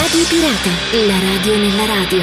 Radio Pirata, la radio nella radio.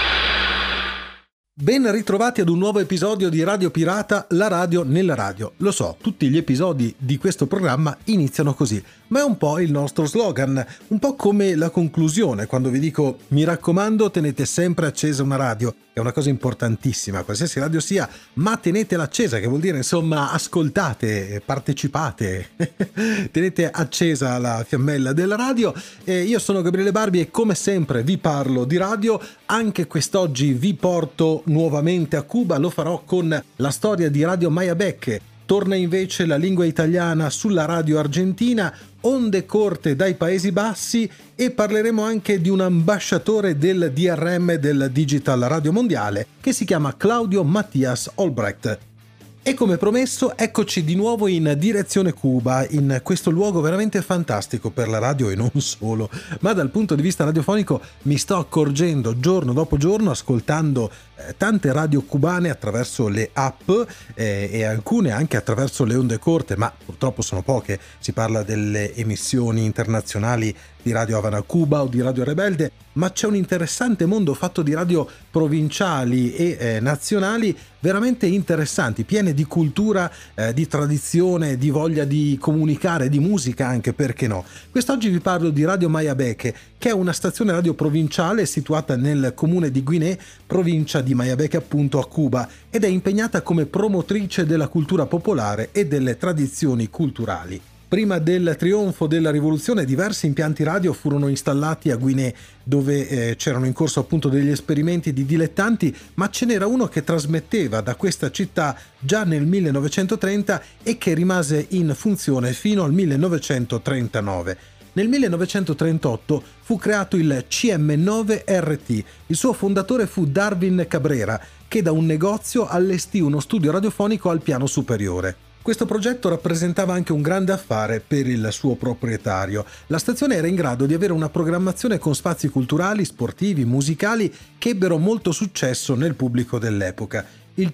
Ben ritrovati ad un nuovo episodio di Radio Pirata, la radio nella radio. Lo so, tutti gli episodi di questo programma iniziano così, ma è un po' il nostro slogan, un po' come la conclusione, quando vi dico mi raccomando tenete sempre accesa una radio, è una cosa importantissima, qualsiasi radio sia, ma tenetela accesa, che vuol dire insomma ascoltate, partecipate, tenete accesa la fiammella della radio. Io sono Gabriele Barbi e come sempre vi parlo di radio, anche quest'oggi vi porto nuovamente a Cuba, lo farò con la storia di Radio Mayabeque. Torna invece la lingua italiana sulla radio argentina, onde corte dai Paesi Bassi e parleremo anche di un ambasciatore del DRM del Digital Radio Mondiale che si chiama Claudio Matthias Olbrecht. E come promesso, eccoci di nuovo in direzione Cuba, in questo luogo veramente fantastico per la radio e non solo, ma dal punto di vista radiofonico mi sto accorgendo giorno dopo giorno, ascoltando tante radio cubane attraverso le app e alcune anche attraverso le onde corte, ma purtroppo sono poche, si parla delle emissioni internazionali di Radio Havana Cuba o di Radio Rebelde, ma c'è un interessante mondo fatto di radio provinciali e nazionali veramente interessanti, piene di cultura, di tradizione, di voglia di comunicare, di musica anche, perché no. Quest'oggi vi parlo di Radio Mayabeque, che è una stazione radio provinciale situata nel comune di Guiné, provincia di Mayabeque appunto a Cuba, ed è impegnata come promotrice della cultura popolare e delle tradizioni culturali. Prima del trionfo della rivoluzione diversi impianti radio furono installati a Guinée, dove c'erano in corso appunto degli esperimenti di dilettanti, ma ce n'era uno che trasmetteva da questa città già nel 1930 e che rimase in funzione fino al 1939. Nel 1938 fu creato il CM9RT, il suo fondatore fu Darwin Cabrera, che da un negozio allestì uno studio radiofonico al piano superiore. Questo progetto rappresentava anche un grande affare per il suo proprietario. La stazione era in grado di avere una programmazione con spazi culturali, sportivi, musicali che ebbero molto successo nel pubblico dell'epoca. Il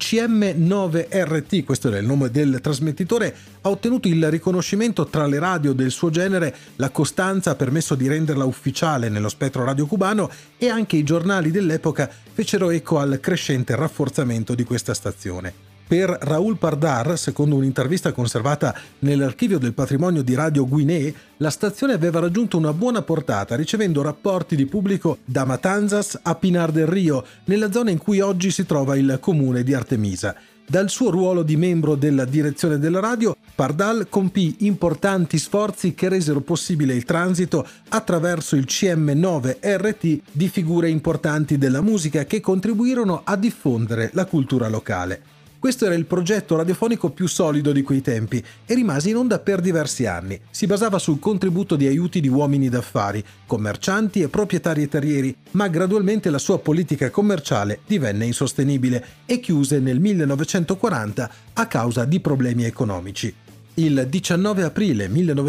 CM9RT, questo era il nome del trasmettitore, ha ottenuto il riconoscimento tra le radio del suo genere, la costanza ha permesso di renderla ufficiale nello spettro radio cubano e anche i giornali dell'epoca fecero eco al crescente rafforzamento di questa stazione. Per Raúl Pardar, secondo un'intervista conservata nell'archivio del patrimonio di Radio Guinée, la stazione aveva raggiunto una buona portata, ricevendo rapporti di pubblico da Matanzas a Pinar del Rio, nella zona in cui oggi si trova il comune di Artemisa. Dal suo ruolo di membro della direzione della radio, Pardal compì importanti sforzi che resero possibile il transito attraverso il CM9RT di figure importanti della musica che contribuirono a diffondere la cultura locale. Questo era il progetto radiofonico più solido di quei tempi e rimase in onda per diversi anni. Si basava sul contributo di aiuti di uomini d'affari, commercianti e proprietari terrieri, ma gradualmente la sua politica commerciale divenne insostenibile e chiuse nel 1940 a causa di problemi economici. Il 19 aprile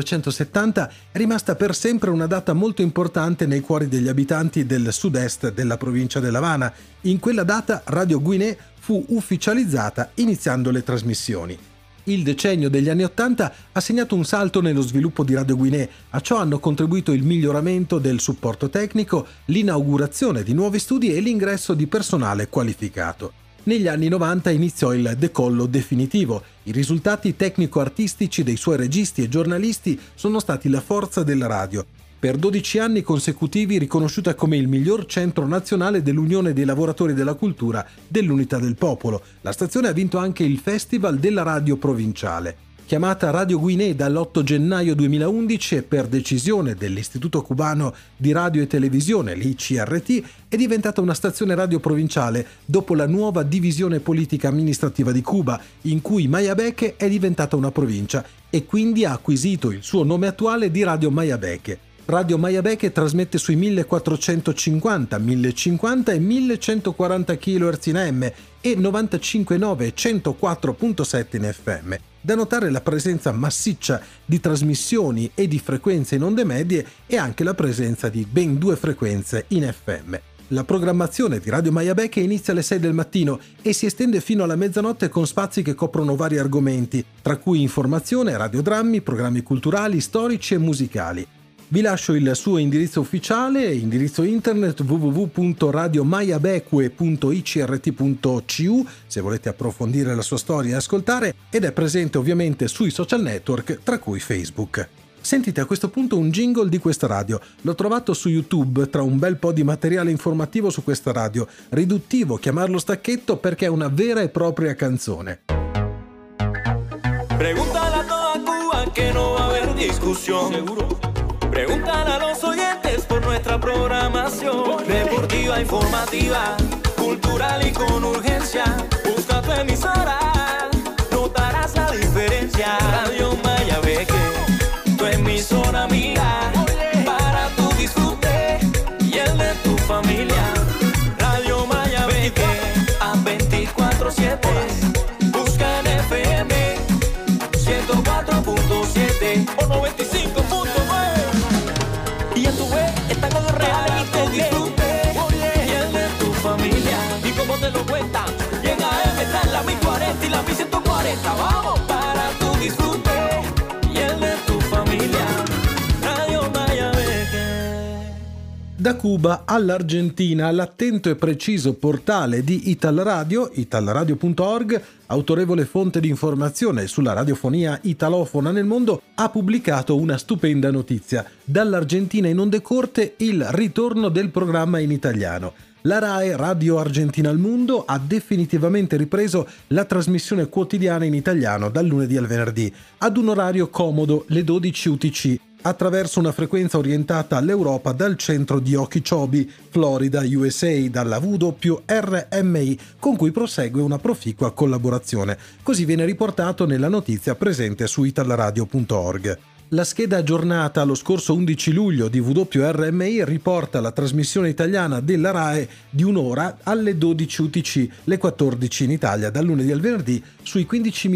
1970 è rimasta per sempre una data molto importante nei cuori degli abitanti del sud-est della provincia dell'Havana. In quella data Radio Guinée fu ufficializzata iniziando le trasmissioni. Il decennio degli anni '80 ha segnato un salto nello sviluppo di Radio Guinée, a ciò hanno contribuito il miglioramento del supporto tecnico, l'inaugurazione di nuovi studi e l'ingresso di personale qualificato. Negli anni 90 iniziò il decollo definitivo. I risultati tecnico-artistici dei suoi registi e giornalisti sono stati la forza della radio. Per 12 anni consecutivi riconosciuta come il miglior centro nazionale dell'Unione dei Lavoratori della Cultura dell'Unità del Popolo. La stazione ha vinto anche il Festival della Radio Provinciale. Chiamata Radio Guinée dall'8 gennaio 2011 e per decisione dell'Istituto Cubano di Radio e Televisione, l'ICRT, è diventata una stazione radio provinciale dopo la nuova divisione politica amministrativa di Cuba, in cui Mayabeque è diventata una provincia e quindi ha acquisito il suo nome attuale di Radio Mayabeque. Radio Mayabeque trasmette sui 1450, 1050 e 1140 kHz in AM e 95,9 e 104,7 in FM. Da notare la presenza massiccia di trasmissioni e di frequenze in onde medie e anche la presenza di ben 2 frequenze in FM. La programmazione di Radio Mayabeque inizia alle 6 del mattino e si estende fino alla mezzanotte con spazi che coprono vari argomenti, tra cui informazione, radiodrammi, programmi culturali, storici e musicali. Vi lascio il suo indirizzo ufficiale, indirizzo internet www.radiomayabeque.icrt.cu se volete approfondire la sua storia e ascoltare, ed è presente ovviamente sui social network, tra cui Facebook. Sentite a questo punto un jingle di questa radio. L'ho trovato su YouTube tra un bel po' di materiale informativo su questa radio. Riduttivo chiamarlo stacchetto perché è una vera e propria canzone. Pregúntale a toda Cuba que no va a haber discusión. Seguro. Pregúntale a los oyentes por nuestra programación deportiva, informativa, cultural y con urgencia. Busca tu emisora, notarás la diferencia. Radio Mayabeque, tu emisora amiga, para tu disfrute y el de tu familia. Radio Mayabeque, a 24/7. Busca en FM 104.7 o 95.9. Y en tu web están los reales y te disfrute y el de tu familia. Y como te lo cuentan, y en AM están la 1040 y la 1140. Vamos, para tu disfrute y el de tu familia. Radio Mayabeque. Da Cuba all'Argentina, l'attento e preciso portale di Italradio, italradio.org, autorevole fonte di informazione sulla radiofonia italofona nel mondo, ha pubblicato una stupenda notizia. Dall'Argentina in onde corte il ritorno del programma in italiano. La RAE, Radio Argentina al Mondo, ha definitivamente ripreso la trasmissione quotidiana in italiano dal lunedì al venerdì, ad un orario comodo, le 12 UTC, attraverso una frequenza orientata all'Europa dal centro di Okeechobee, Florida, USA, dalla WRMI, con cui prosegue una proficua collaborazione. Così viene riportato nella notizia presente su italradio.org. La scheda aggiornata lo scorso 11 luglio di WRMI riporta la trasmissione italiana della RAE di un'ora alle 12 UTC, le 14 in Italia, dal lunedì al venerdì, sui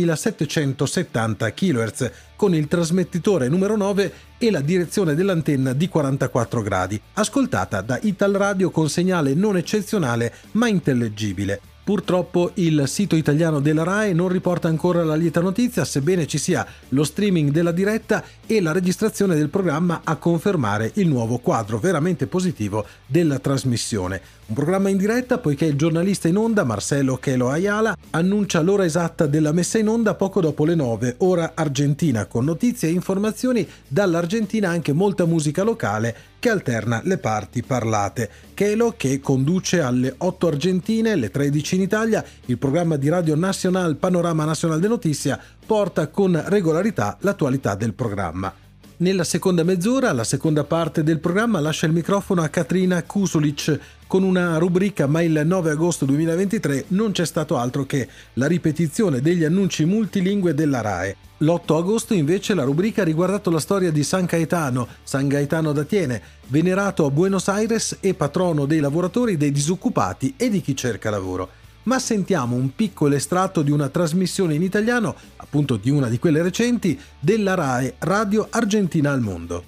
15.770 kHz, con il trasmettitore numero 9 e la direzione dell'antenna di 44 gradi, ascoltata da Italradio con segnale non eccezionale ma intellegibile. Purtroppo il sito italiano della RAE non riporta ancora la lieta notizia, sebbene ci sia lo streaming della diretta e la registrazione del programma a confermare il nuovo quadro veramente positivo della trasmissione. Un programma in diretta poiché il giornalista in onda Marcelo Chelo Ayala annuncia l'ora esatta della messa in onda poco dopo le 9, ora argentina, con notizie e informazioni dall'Argentina, anche molta musica locale che alterna le parti parlate. Chelo, che conduce alle 8 argentine, le 13 in Italia, il programma di Radio Nacional Panorama Nacional de Noticia, porta con regolarità l'attualità del programma. Nella seconda mezz'ora, la seconda parte del programma lascia il microfono a Katrina Kusulic con una rubrica, ma il 9 agosto 2023 non c'è stato altro che la ripetizione degli annunci multilingue della RAE. L'8 agosto invece la rubrica ha riguardato la storia di San Gaetano d'Atiene, venerato a Buenos Aires e patrono dei lavoratori, dei disoccupati e di chi cerca lavoro. Ma sentiamo un piccolo estratto di una trasmissione in italiano, appunto di una di quelle recenti, della RAE, Radio Argentina al Mondo.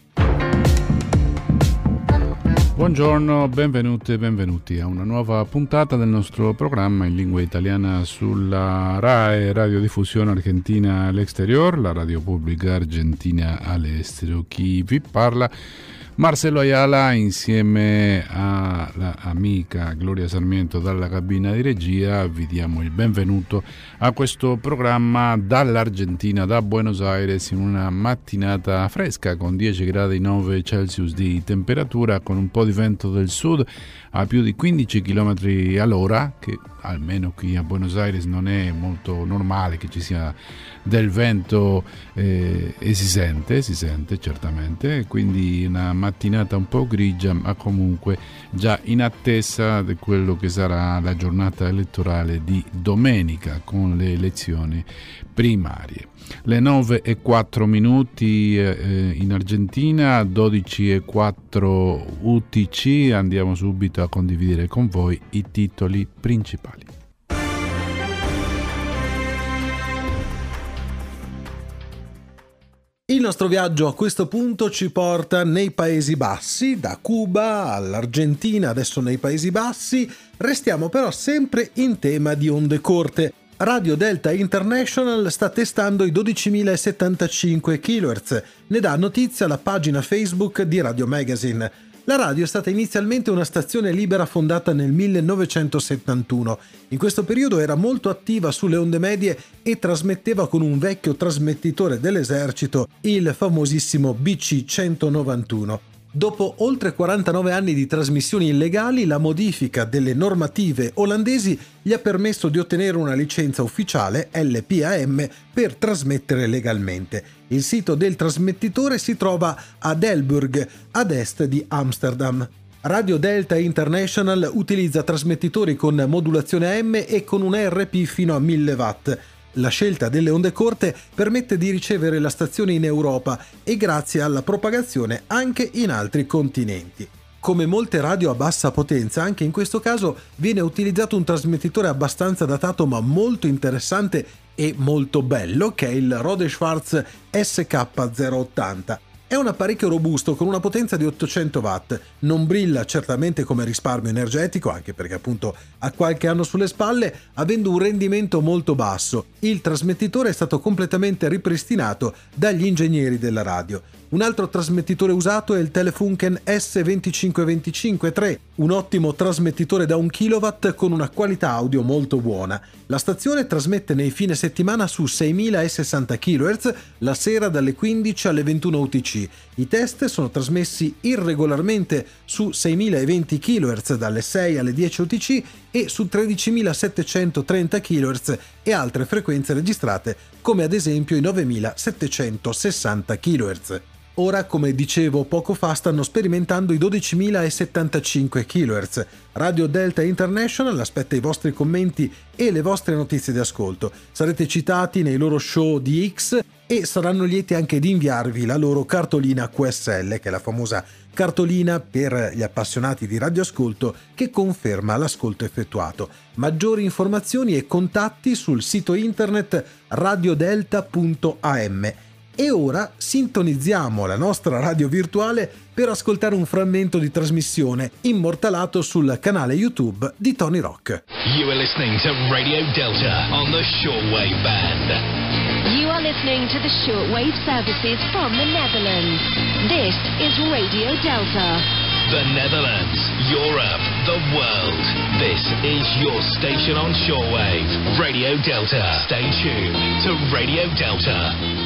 Buongiorno, benvenute e benvenuti a una nuova puntata del nostro programma in lingua italiana sulla RAE, Radiodiffusione Argentina all'Exterior, la radio pubblica argentina all'estero. Chi vi parla? Marcelo Ayala, insieme all'amica Gloria Sarmiento dalla cabina di regia, vi diamo il benvenuto a questo programma dall'Argentina, da Buenos Aires, in una mattinata fresca con 10 gradi 9 Celsius di temperatura, con un po' di vento del sud a più di 15 km all'ora, che almeno qui a Buenos Aires non è molto normale che ci sia del vento, e si sente certamente, quindi una mattinata un po' grigia, ma comunque già in attesa di quello che sarà la giornata elettorale di domenica con le elezioni primarie. Le 9:04 in Argentina, 12:04 UTC. Andiamo subito a condividere con voi i titoli principali. Il nostro viaggio a questo punto ci porta nei Paesi Bassi, da Cuba all'Argentina, adesso nei Paesi Bassi. Restiamo però sempre in tema di onde corte. Radio Delta International sta testando i 12.075 kHz, ne dà notizia la pagina Facebook di Radio Magazine. La radio è stata inizialmente una stazione libera fondata nel 1971. In questo periodo era molto attiva sulle onde medie e trasmetteva con un vecchio trasmettitore dell'esercito, il famosissimo BC-191. Dopo oltre 49 anni di trasmissioni illegali, la modifica delle normative olandesi gli ha permesso di ottenere una licenza ufficiale LPAM per trasmettere legalmente. Il sito del trasmettitore si trova a Delburg, ad est di Amsterdam. Radio Delta International utilizza trasmettitori con modulazione AM e con un RP fino a 1000 watt. La scelta delle onde corte permette di ricevere la stazione in Europa e grazie alla propagazione anche in altri continenti. Come molte radio a bassa potenza, anche in questo caso viene utilizzato un trasmettitore abbastanza datato ma molto interessante e molto bello, che è il Rode Schwarz SK080. È un apparecchio robusto con una potenza di 800 watt, non brilla certamente come risparmio energetico, anche perché appunto ha qualche anno sulle spalle, avendo un rendimento molto basso. Il trasmettitore è stato completamente ripristinato dagli ingegneri della radio. Un altro trasmettitore usato è il Telefunken S2525-3, un ottimo trasmettitore da 1 kW con una qualità audio molto buona. La stazione trasmette nei fine settimana su 6060 kHz, la sera dalle 15 alle 21 UTC. I test sono trasmessi irregolarmente su 6020 kHz dalle 6 alle 10 UTC e su 13730 kHz e altre frequenze registrate, come ad esempio i 9760 kHz. Ora, come dicevo poco fa, stanno sperimentando i 12.075 kHz. Radio Delta International aspetta i vostri commenti e le vostre notizie di ascolto. Sarete citati nei loro show di X e saranno lieti anche di inviarvi la loro cartolina QSL, che è la famosa cartolina per gli appassionati di radioascolto che conferma l'ascolto effettuato. Maggiori informazioni e contatti sul sito internet radiodelta.am. E ora sintonizziamo la nostra radio virtuale per ascoltare un frammento di trasmissione immortalato sul canale YouTube di Tony Rock. You are listening to Radio Delta on the shortwave band. You are listening to the shortwave services from the Netherlands. This is Radio Delta. The Netherlands, Europe, the world. This is your station on shortwave. Radio Delta. Stay tuned to Radio Delta.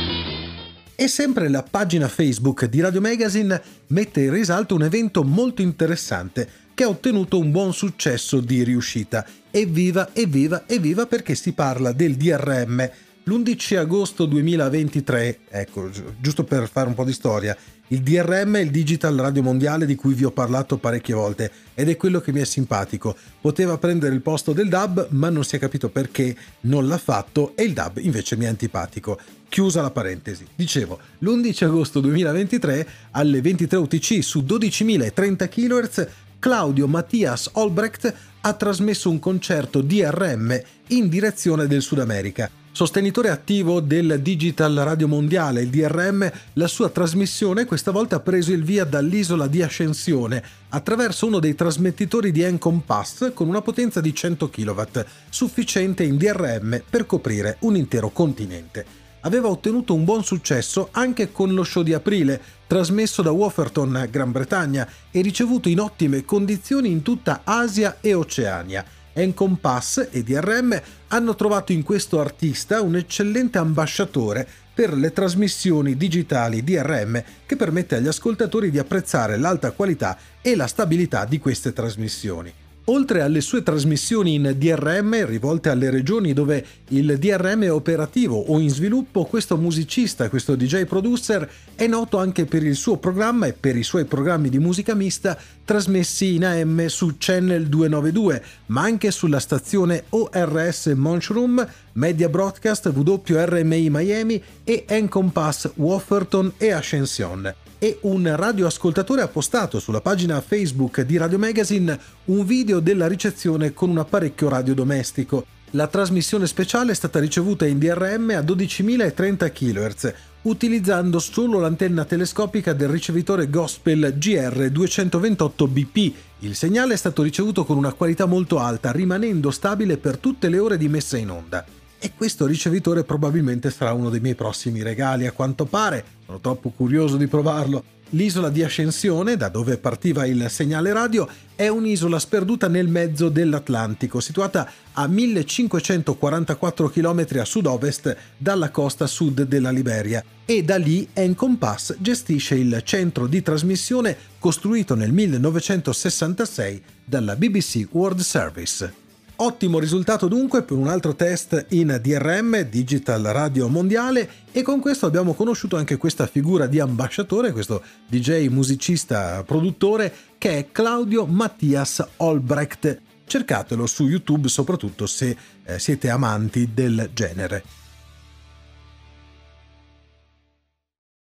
E sempre la pagina Facebook di Radio Magazine mette in risalto un evento molto interessante che ha ottenuto un buon successo di riuscita. Evviva, evviva, evviva, perché si parla del DRM. L'11 agosto 2023, ecco, giusto per fare un po' di storia, il DRM è il Digital Radio Mondiale di cui vi ho parlato parecchie volte ed è quello che mi è simpatico. Poteva prendere il posto del DAB, ma non si è capito perché non l'ha fatto e il DAB invece mi è antipatico. Chiusa la parentesi. Dicevo, l'11 agosto 2023 alle 23 UTC su 12.030 kHz Claudio Mattias Olbrecht ha trasmesso un concerto DRM in direzione del Sud America. Sostenitore attivo del Digital Radio Mondiale, il DRM, la sua trasmissione questa volta ha preso il via dall'isola di Ascensione attraverso uno dei trasmettitori di Encompass con una potenza di 100 kW, sufficiente in DRM per coprire un intero continente. Aveva ottenuto un buon successo anche con lo show di aprile, trasmesso da Wolverton, Gran Bretagna, e ricevuto in ottime condizioni in tutta Asia e Oceania. Encompass e DRM hanno trovato in questo artista un eccellente ambasciatore per le trasmissioni digitali DRM che permette agli ascoltatori di apprezzare l'alta qualità e la stabilità di queste trasmissioni. Oltre alle sue trasmissioni in DRM rivolte alle regioni dove il DRM è operativo o in sviluppo, questo musicista, questo DJ producer, è noto anche per il suo programma e per i suoi programmi di musica mista trasmessi in AM su Channel 292, ma anche sulla stazione ORS Mushroom, Media Broadcast, WRMI Miami e Encompass Wolverton e Ascension. E un radioascoltatore ha postato sulla pagina Facebook di Radio Magazine un video della ricezione con un apparecchio radio domestico. La trasmissione speciale è stata ricevuta in DRM a 12.030 kHz, utilizzando solo l'antenna telescopica del ricevitore Gospel GR228BP. Il segnale è stato ricevuto con una qualità molto alta, rimanendo stabile per tutte le ore di messa in onda. e questo ricevitore probabilmente sarà uno dei miei prossimi regali, a quanto pare. Sono troppo curioso di provarlo. L'isola di Ascensione, da dove partiva il segnale radio, è un'isola sperduta nel mezzo dell'Atlantico, situata a 1544 km a sud-ovest dalla costa sud della Liberia, e da lì Encompass gestisce il centro di trasmissione costruito nel 1966 dalla BBC World Service. Ottimo risultato dunque per un altro test in DRM, Digital Radio Mondiale, e con questo abbiamo conosciuto anche questa figura di ambasciatore, questo DJ musicista produttore che è Claudio Mattias Olbrecht. Cercatelo su YouTube soprattutto se siete amanti del genere.